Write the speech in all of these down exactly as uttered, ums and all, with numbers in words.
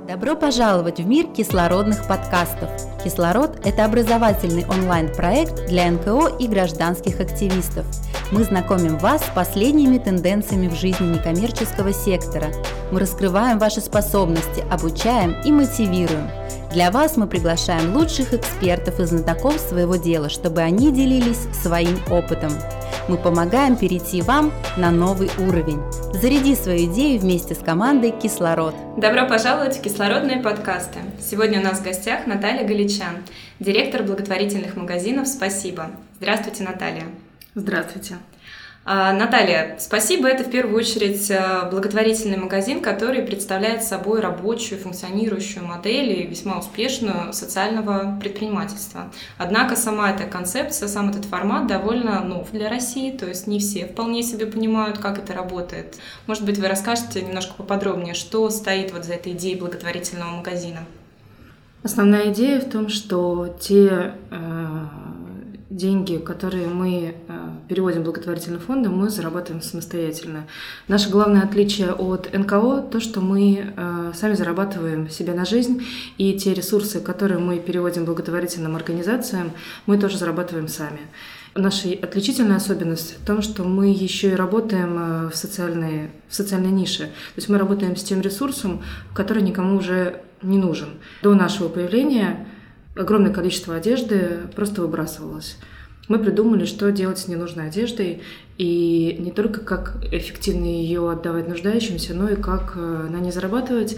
Добро пожаловать в мир кислородных подкастов. «Кислород» – это образовательный онлайн-проект для эн ка о и гражданских активистов. Мы знакомим вас с последними тенденциями в жизни некоммерческого сектора. Мы раскрываем ваши способности, обучаем и мотивируем. Для вас мы приглашаем лучших экспертов и знатоков своего дела, чтобы они делились своим опытом. Мы помогаем перейти вам на новый уровень. Заряди свою идею вместе с командой «Кислород». Добро пожаловать в «Кислородные подкасты». Сегодня у нас в гостях Наталья Галичан, директор благотворительных магазинов «Спасибо». Здравствуйте, Наталья. Здравствуйте. Наталья, «Спасибо» — это в первую очередь благотворительный магазин, который представляет собой рабочую, функционирующую модель и весьма успешную социального предпринимательства. Однако сама эта концепция, сам этот формат довольно нов для России, то есть не все вполне себе понимают, как это работает. Может быть, вы расскажете немножко поподробнее, что стоит вот за этой идеей благотворительного магазина? Основная идея в том, что те э, деньги, которые мы э, переводим в благотворительный фонд, мы зарабатываем самостоятельно. Наше главное отличие от эн ка о – то, что мы э, сами зарабатываем себе на жизнь, и те ресурсы, которые мы переводим благотворительным организациям, мы тоже зарабатываем сами. Наша отличительная особенность в том, что мы еще и работаем в социальной, в социальной нише. То есть мы работаем с тем ресурсом, который никому уже не нужен. До нашего появления огромное количество одежды просто выбрасывалось. Мы придумали, что делать с ненужной одеждой, и не только как эффективно ее отдавать нуждающимся, но и как на ней зарабатывать,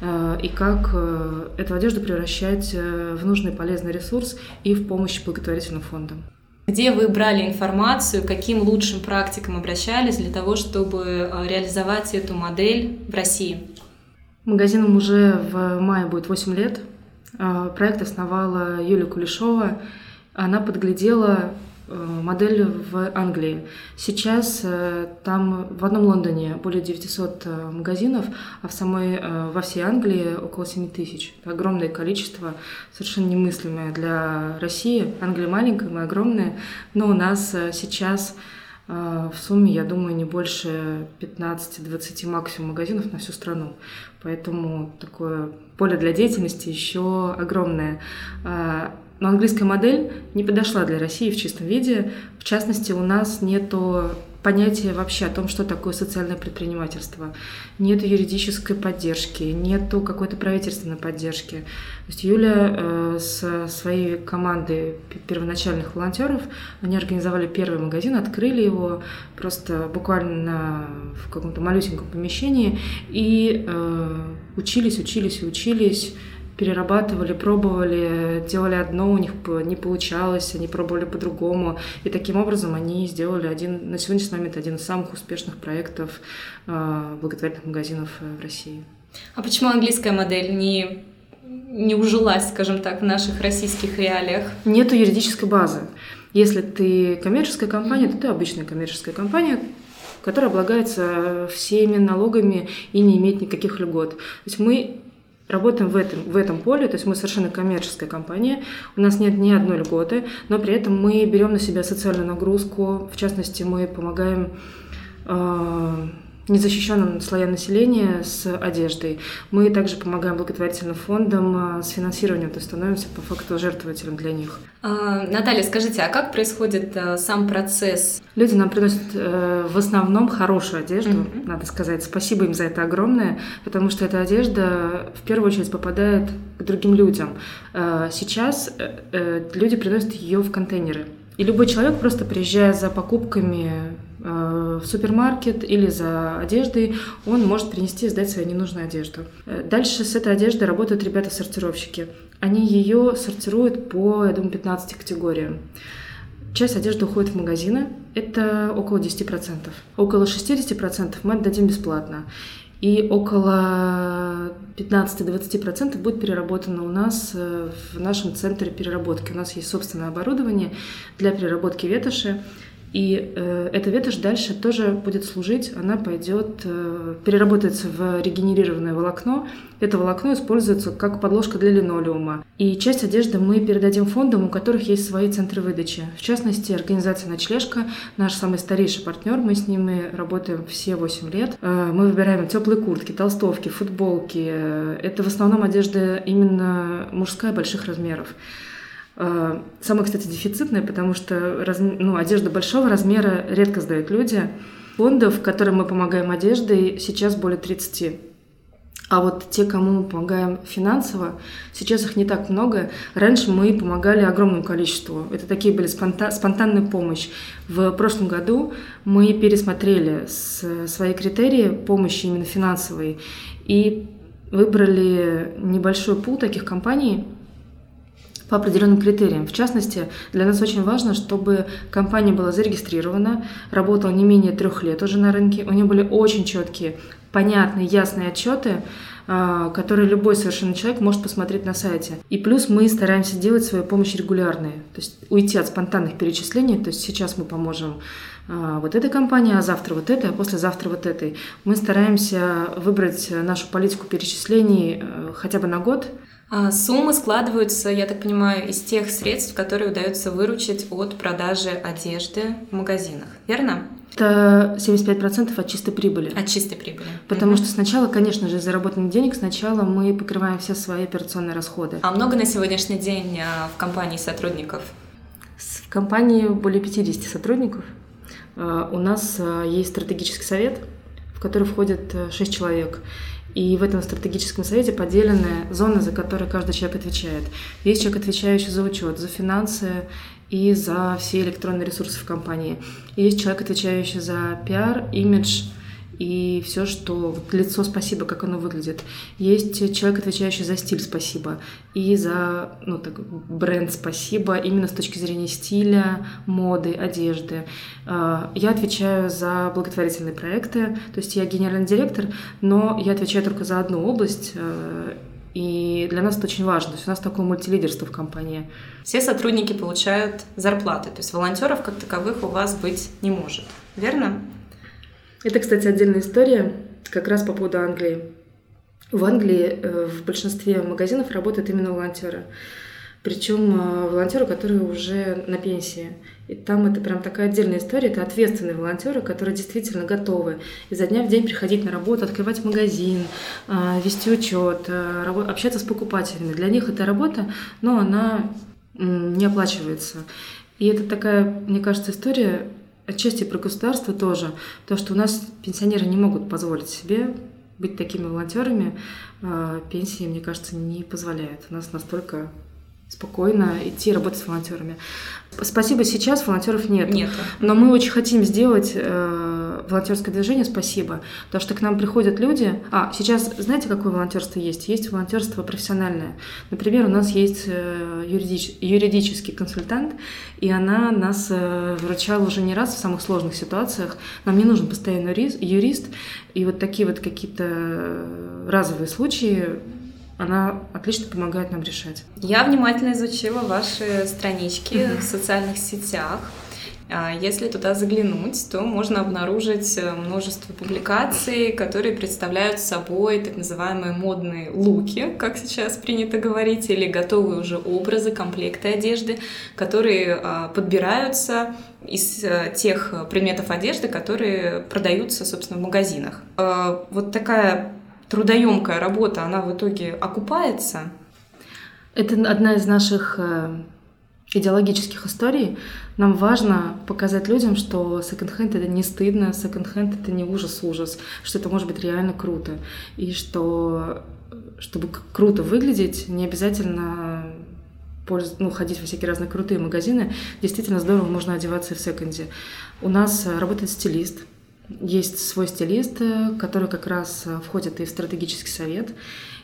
и как эту одежду превращать в нужный полезный ресурс и в помощь благотворительным фондам. Где вы брали информацию, к каким лучшим практикам обращались для того, чтобы реализовать эту модель в России? Магазинам уже в мае будет восемь лет. Проект основала Юлия Кулешова. Она подглядела модель в Англии. Сейчас там в одном Лондоне более девятьсот магазинов, а в самой, во всей Англии около семь тысяч. Это огромное количество, совершенно немыслимое для России. Англия маленькая, мы огромная, но у нас сейчас в сумме, я думаю, не больше пятнадцать-двадцать максимум магазинов на всю страну. Поэтому такое поле для деятельности еще огромное. Но английская модель не подошла для России в чистом виде. В частности, у нас нету понятия вообще о том, что такое социальное предпринимательство. Нету юридической поддержки, нету какой-то правительственной поддержки. То есть Юля э, со своей командой первоначальных волонтеров, они организовали первый магазин, открыли его просто буквально в каком-то малюсеньком помещении и э, учились, учились и учились. Перерабатывали, пробовали, делали одно, у них не получалось, они пробовали по-другому. И таким образом они сделали один, на сегодняшний момент один из самых успешных проектов э, благотворительных магазинов в России. А почему английская модель не, не ужилась, скажем так, в наших российских реалиях? Нету юридической базы. Если ты коммерческая компания, то ты обычная коммерческая компания, которая облагается всеми налогами и не имеет никаких льгот. То есть мы работаем в этом, в этом поле, то есть мы совершенно коммерческая компания, у нас нет ни одной льготы, но при этом мы берем на себя социальную нагрузку, в частности, мы помогаем э, незащищенным слоям населения с одеждой. Мы также помогаем благотворительным фондам с финансированием, то есть становимся по факту жертвователем для них. А, Наталья, скажите, а как происходит а, сам процесс? Люди нам приносят э, в основном хорошую одежду, mm-hmm. надо сказать. Спасибо им за это огромное, потому что эта одежда в первую очередь попадает к другим людям. Э, сейчас э, люди приносят ее в контейнеры. И любой человек, просто приезжая за покупками э, в супермаркет или за одеждой, он может принести и сдать свою ненужную одежду. Дальше с этой одеждой работают ребята-сортировщики. Они ее сортируют по, я думаю, пятнадцати категориям. Часть одежды уходит в магазины, это около десять процентов. Около шестьдесят процентов мы отдадим бесплатно. И около пятнадцать-двадцать процентов будет переработано у нас в нашем центре переработки. У нас есть собственное оборудование для переработки ветоши. И э, эта ветошь дальше тоже будет служить, она пойдет, э, переработается в регенерированное волокно. Это волокно используется как подложка для линолеума. И часть одежды мы передадим фондам, у которых есть свои центры выдачи. В частности, организация «Ночлежка», наш самый старейший партнер, мы с ними работаем все восемь лет. Э, мы выбираем теплые куртки, толстовки, футболки. Это в основном одежда именно мужская больших размеров. Самое, кстати, дефицитное, потому что раз, ну, одежда большого размера редко сдают люди. Фондов, которым мы помогаем одеждой, сейчас более тридцати. А вот те, кому мы помогаем финансово, сейчас их не так много. Раньше мы помогали огромному количеству. Это такие были спонтан, спонтанная помощь. В прошлом году мы пересмотрели свои критерии помощи именно финансовой и выбрали небольшой пул таких компаний по определенным критериям. В частности, для нас очень важно, чтобы компания была зарегистрирована, работала не менее трех лет уже на рынке, у нее были очень четкие, понятные, ясные отчеты, которые любой совершенно человек может посмотреть на сайте. И плюс мы стараемся делать свою помощь регулярной, то есть уйти от спонтанных перечислений, то есть сейчас мы поможем вот этой компании, а завтра вот этой, а послезавтра вот этой. Мы стараемся выбрать нашу политику перечислений хотя бы на год. Суммы складываются, я так понимаю, из тех средств, которые удается выручить от продажи одежды в магазинах, верно? Это семьдесят пять процентов от чистой прибыли. От чистой прибыли. Потому mm-hmm. что сначала, конечно же, из заработанных денег сначала мы покрываем все свои операционные расходы. А много на сегодняшний день в компании сотрудников? В компании более пятидесяти сотрудников. У нас есть стратегический совет, в который входит шесть человек. И в этом стратегическом совете поделены зоны, за которые каждый человек отвечает. Есть человек, отвечающий за учет, за финансы и за все электронные ресурсы в компании. И есть человек, отвечающий за пиар, имидж и все, что вот лицо «Спасибо», как оно выглядит. Есть человек, отвечающий за стиль «Спасибо» и за ну, так, бренд «Спасибо» именно с точки зрения стиля, моды, одежды. Я отвечаю за благотворительные проекты, то есть я генеральный директор, но я отвечаю только за одну область, и для нас это очень важно. То есть у нас такое мультилидерство в компании. Все сотрудники получают зарплаты, то есть волонтеров как таковых у вас быть не может, верно? Это, кстати, отдельная история, как раз по поводу Англии. В Англии в большинстве магазинов работают именно волонтеры. Причем волонтеры, которые уже на пенсии. И там это прям такая отдельная история. Это ответственные волонтеры, которые действительно готовы изо дня в день приходить на работу, открывать магазин, вести учет, общаться с покупателями. Для них это работа, но она не оплачивается. И это такая, мне кажется, история отчасти про государство тоже. То, что у нас пенсионеры не могут позволить себе быть такими волонтерами, пенсии, мне кажется, не позволяют. У нас настолько спокойно идти работать с волонтерами. Спасибо, сейчас волонтеров нет. Нет. Но мы очень хотим сделать э, волонтерское движение «Спасибо», потому что к нам приходят люди. А, сейчас знаете, какое волонтерство есть? Есть волонтерство профессиональное. Например, у нас есть э, юридич, юридический консультант, и она нас э, выручала уже не раз в самых сложных ситуациях. Нам не нужен постоянный юрист, и вот такие вот какие-то разовые случаи она отлично помогает нам решать. Я внимательно изучила ваши странички mm-hmm. в социальных сетях. Если туда заглянуть, то можно обнаружить множество публикаций, которые представляют собой так называемые модные луки, как сейчас принято говорить, или готовые уже образы, комплекты одежды, которые подбираются из тех предметов одежды, которые продаются, собственно, в магазинах. Вот такая трудоемкая работа, она в итоге окупается? Это одна из наших идеологических историй. Нам важно показать людям, что секонд-хенд — это не стыдно, секонд-хенд — это не ужас-ужас, что это может быть реально круто. И что, чтобы круто выглядеть, не обязательно польз... ну, ходить во всякие разные крутые магазины. Действительно здорово можно одеваться и в секонде. У нас работает стилист. Есть свой стилист, который как раз входит и в стратегический совет,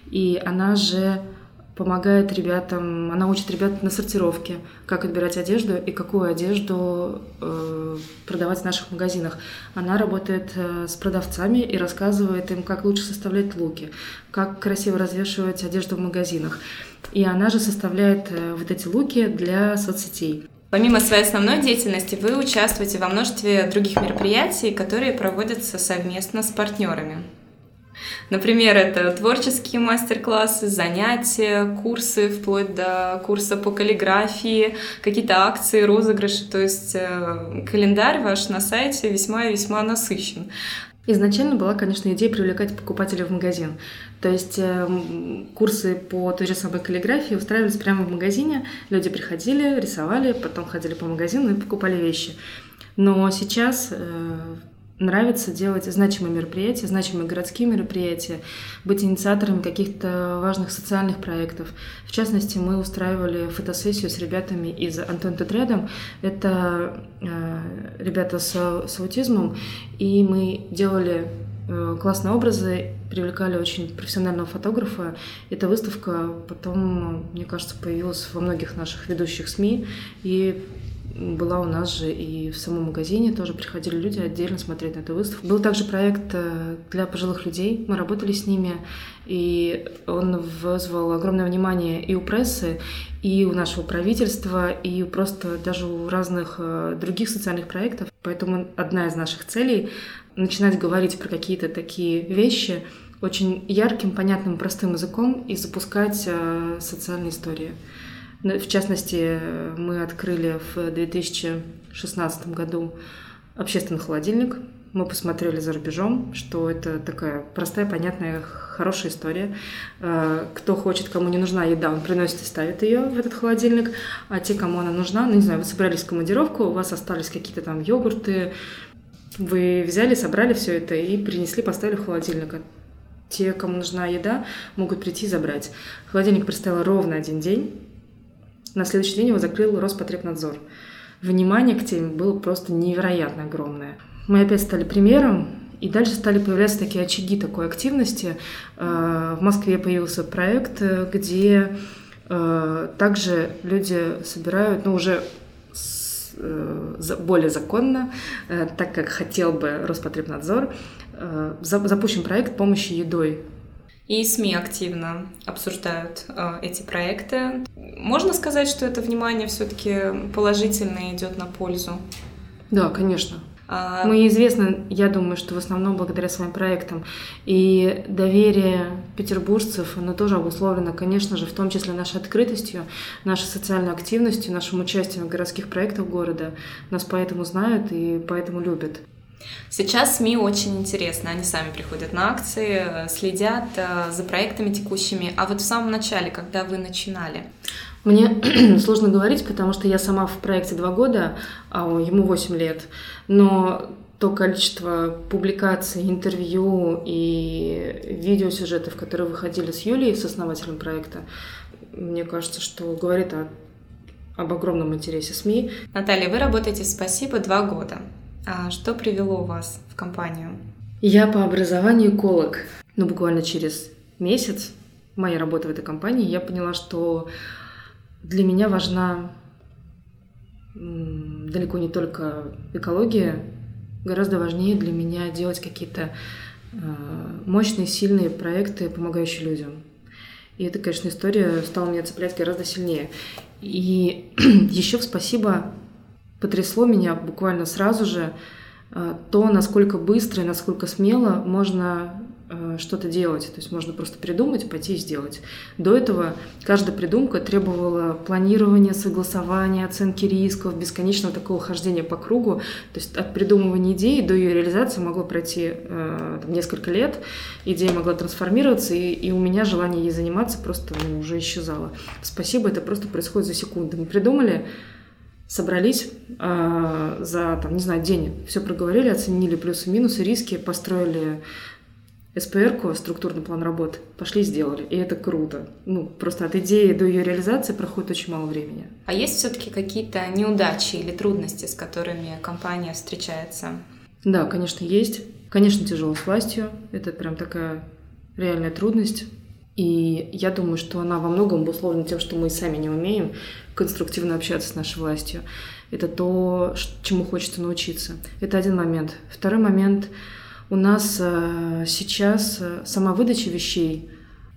и она же помогает ребятам, она учит ребят на сортировке, как отбирать одежду и какую одежду э, продавать в наших магазинах. Она работает э, с продавцами и рассказывает им, как лучше составлять луки, как красиво развешивать одежду в магазинах. И она же составляет э, вот эти луки для соцсетей. Помимо своей основной деятельности, вы участвуете во множестве других мероприятий, которые проводятся совместно с партнерами. Например, это творческие мастер-классы, занятия, курсы, вплоть до курса по каллиграфии, какие-то акции, розыгрыши. То есть календарь ваш на сайте весьма и весьма насыщен. Изначально была, конечно, идея привлекать покупателей в магазин. То есть э, курсы по той же самой каллиграфии устраивались прямо в магазине. Люди приходили, рисовали, потом ходили по магазину и покупали вещи. Но сейчас э, нравится делать значимые мероприятия, значимые городские мероприятия, быть инициаторами каких-то важных социальных проектов. В частности, мы устраивали фотосессию с ребятами из «Антон тут рядом». Это э, ребята с, с аутизмом, и мы делали э, классные образы, привлекали очень профессионального фотографа. Эта выставка потом, мне кажется, появилась во многих наших ведущих СМИ, и была у нас же и в самом магазине, тоже приходили люди отдельно смотреть на эту выставку. Был также проект для пожилых людей, мы работали с ними, и он вызвал огромное внимание и у прессы, и у нашего правительства, и просто даже у разных других социальных проектов. Поэтому одна из наших целей — начинать говорить про какие-то такие вещи очень ярким, понятным, простым языком и запускать социальные истории. В частности, мы открыли в две тысячи шестнадцатом году общественный холодильник. Мы посмотрели за рубежом, что это такая простая, понятная, хорошая история. Кто хочет, кому не нужна еда, он приносит и ставит ее в этот холодильник. А те, кому она нужна, ну не знаю, вы собрались в командировку, у вас остались какие-то там йогурты, вы взяли, собрали все это и принесли, поставили в холодильник. Те, кому нужна еда, могут прийти и забрать. Холодильник простоял ровно один день. На следующий день его закрыл Роспотребнадзор. Внимание к теме было просто невероятно огромное. Мы опять стали примером, и дальше стали появляться такие очаги такой активности. В Москве появился проект, где также люди собирают, ну, уже более законно, так как хотел бы Роспотребнадзор, запущен проект помощи едой. И СМИ активно обсуждают э, эти проекты. Можно сказать, что это внимание все-таки положительно идет на пользу? Да, конечно. А... Мы известны, я думаю, что в основном благодаря своим проектам. И доверие петербуржцев, оно тоже обусловлено, конечно же, в том числе нашей открытостью, нашей социальной активностью, нашим участием в городских проектах города. Нас поэтому знают и поэтому любят. Сейчас СМИ очень интересно, они сами приходят на акции, следят за проектами текущими. А вот в самом начале, когда вы начинали? Мне сложно говорить, потому что я сама в проекте два года, а ему восемь лет. Но то количество публикаций, интервью и видеосюжетов, которые выходили с Юлией, с основателем проекта, мне кажется, что говорит о, об огромном интересе СМИ. Наталья, вы работаете в «Спасибо» два года. А что привело вас в компанию? Я по образованию эколог. Но буквально через месяц моей работы в этой компании я поняла, что для меня важна далеко не только экология, гораздо важнее для меня делать какие-то мощные, сильные проекты, помогающие людям. И эта, конечно, история стала меня цеплять гораздо сильнее. И еще в «Спасибо» потрясло меня буквально сразу же то, насколько быстро и насколько смело можно что-то делать. То есть можно просто придумать, пойти и сделать. До этого каждая придумка требовала планирования, согласования, оценки рисков, бесконечного такого хождения по кругу. То есть от придумывания идеи до ее реализации могло пройти э, там, несколько лет. Идея могла трансформироваться, и, и у меня желание ей заниматься просто ну, уже исчезало. «Спасибо» — это просто происходит за секунды. Мы придумали, собрались э, за, там, не знаю, день, все проговорили, оценили плюсы-минусы, риски, построили эс пэ эр-ку, структурный план работ, пошли и сделали. И это круто. Ну, просто от идеи до ее реализации проходит очень мало времени. А есть все-таки какие-то неудачи или трудности, с которыми компания встречается? Да, конечно, есть. Конечно, тяжело с властью. Это прям такая реальная трудность. И я думаю, что она во многом обусловлена тем, что мы сами не умеем конструктивно общаться с нашей властью. Это то, чему хочется научиться. Это один момент. Второй момент. У нас сейчас сама выдача вещей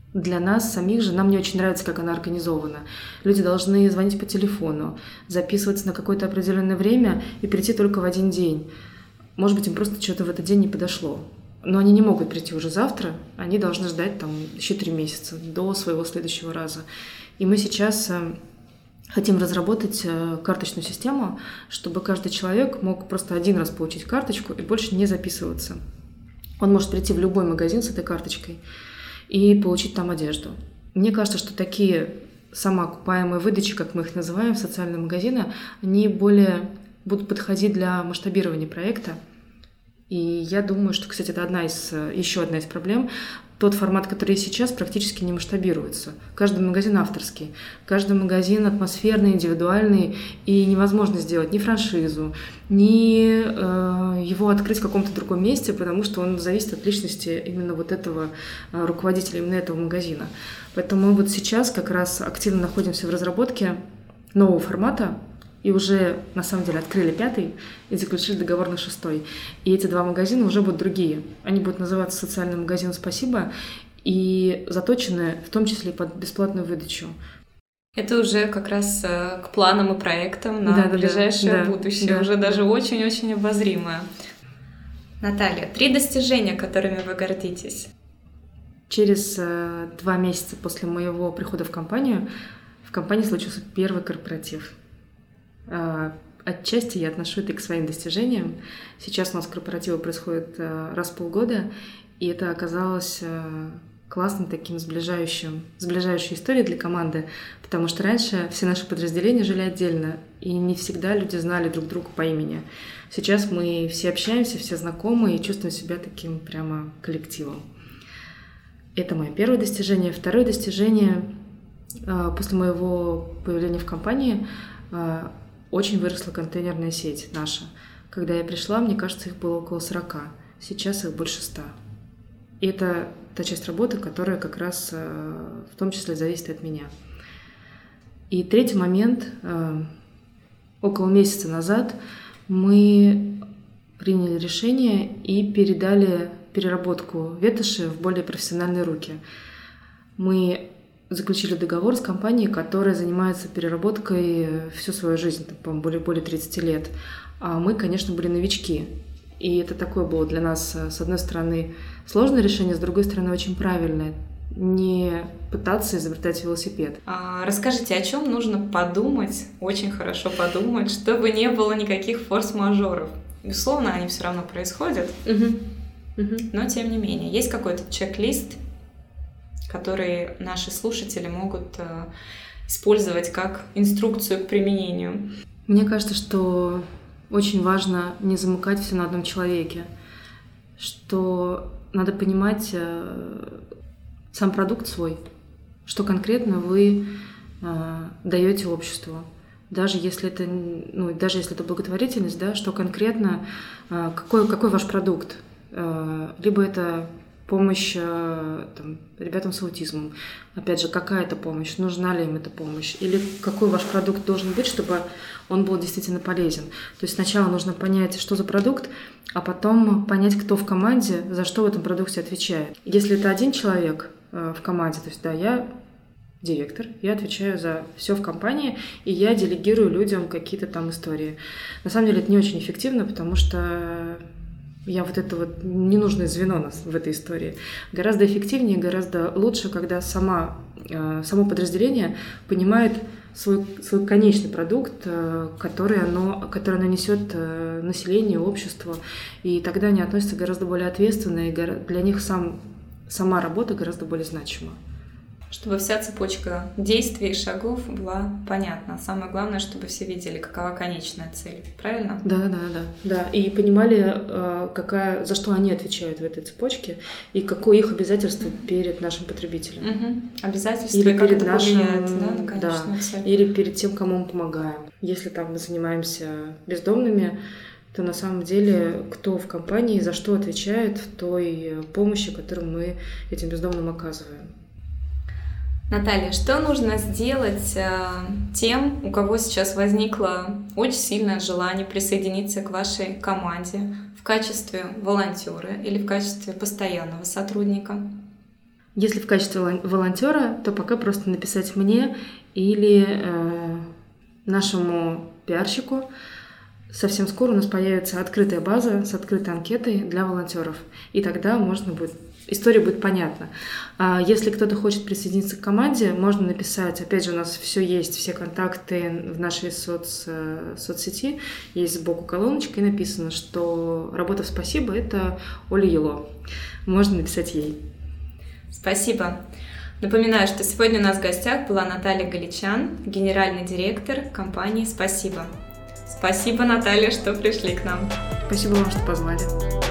Для нас самих же, нам не очень нравится, как она организована. Люди должны звонить по телефону, записываться на какое-то определенное время и прийти только в один день. Может быть, им просто что-то в этот день не подошло. Но они не могут прийти уже завтра, они должны ждать там еще три месяца до своего следующего раза. И мы сейчас хотим разработать карточную систему, чтобы каждый человек мог просто один раз получить карточку и больше не записываться. Он может прийти в любой магазин с этой карточкой и получить там одежду. Мне кажется, что такие самоокупаемые выдачи, как мы их называем, социальные магазины, они более будут подходить для масштабирования проекта. И я думаю, что, кстати, это одна из, еще одна из проблем. Тот формат, который есть сейчас, практически не масштабируется. Каждый магазин авторский, каждый магазин атмосферный, индивидуальный, и невозможно сделать ни франшизу, ни э, его открыть в каком-то другом месте, потому что он зависит от личности именно вот этого э, руководителя, именно этого магазина. Поэтому мы вот сейчас как раз активно находимся в разработке нового формата, и уже, на самом деле, открыли пятый и заключили договор на шестой. И эти два магазина уже будут другие. Они будут называться «Социальный магазин Спасибо» и заточены в том числе под бесплатную выдачу. Это уже как раз к планам и проектам на да, да, ближайшее да, будущее, да, уже да. даже очень-очень обозримое. Наталья, три достижения, которыми вы гордитесь? Через э, два месяца после моего прихода в компанию в компании случился первый корпоратив. Отчасти я отношу это к своим достижениям. Сейчас у нас корпоративы происходят раз в полгода, и это оказалось классным таким сближающим, сближающей историей для команды, потому что раньше все наши подразделения жили отдельно, и не всегда люди знали друг друга по имени. Сейчас мы все общаемся, все знакомы и чувствуем себя таким прямо коллективом. Это мое первое достижение. Второе достижение после моего появления в компании — очень выросла контейнерная сеть наша. Когда я пришла, мне кажется, их было около сорока. Сейчас их больше ста. И это та часть работы, которая как раз в том числе зависит от меня. И третий момент. Около месяца назад мы приняли решение и передали переработку ветоши в более профессиональные руки. Мы заключили договор с компанией, которая занимается переработкой всю свою жизнь, по-моему, более, более тридцати лет. А мы, конечно, были новички. И это такое было для нас, с одной стороны, сложное решение, с другой стороны, очень правильное. Не пытаться изобретать велосипед. А, расскажите, о чем нужно подумать, очень хорошо подумать, чтобы не было никаких форс-мажоров? Безусловно, они все равно происходят, угу. Угу. но тем не менее. Есть какой-то чек-лист, которые наши слушатели могут э, использовать как инструкцию к применению? Мне кажется, что очень важно не замыкать все на одном человеке, что надо понимать э, сам продукт свой, что конкретно вы э, даете обществу. Даже если это, ну, даже если это благотворительность, да, что конкретно, э, какой, какой ваш продукт. Э, либо это помощь там, ребятам с аутизмом. Опять же, какая это помощь, нужна ли им эта помощь, или какой ваш продукт должен быть, чтобы он был действительно полезен. То есть сначала нужно понять, что за продукт, а потом понять, кто в команде за что в этом продукте отвечает. Если это один человек в команде, то есть да, я директор, я отвечаю за все в компании, и я делегирую людям какие-то там истории. На самом деле это не очень эффективно, потому что я вот это вот ненужное звено у нас в этой истории. Гораздо эффективнее, гораздо лучше, когда сама, само подразделение понимает свой, свой конечный продукт, который оно, который оно несет населению, обществу, и тогда они относятся гораздо более ответственно, и для них сам, сама работа гораздо более значима. Чтобы вся цепочка действий и шагов была понятна. Самое главное, чтобы все видели, какова конечная цель. Правильно? Да, да, да. да. И понимали, какая, за что они отвечают в этой цепочке и какое их обязательство перед нашим потребителем. Угу. Обязательство, или и как перед это нашим, повлияет, да, на конечную да, цель. Или перед тем, кому мы помогаем. Если там мы занимаемся бездомными, то на самом деле кто в компании за что отвечает в той помощи, которую мы этим бездомным оказываем. Наталья, что нужно сделать э, тем, у кого сейчас возникло очень сильное желание присоединиться к вашей команде в качестве волонтера или в качестве постоянного сотрудника? Если в качестве волонтера, то пока просто написать мне или э, нашему пиарщику. Совсем скоро у нас появится открытая база с открытой анкетой для волонтеров. И тогда можно будет, история будет понятна. А если кто-то хочет присоединиться к команде, можно написать. Опять же, у нас все есть, все контакты в нашей соц, соцсети. Есть сбоку колоночка, и написано, что работа в «Спасибо» — это Оля Ело. Можно написать ей. Спасибо. Напоминаю, что сегодня у нас в гостях была Наталья Галичан, генеральный директор компании «Спасибо». Спасибо, Наталья, что пришли к нам. Спасибо вам, что позвали.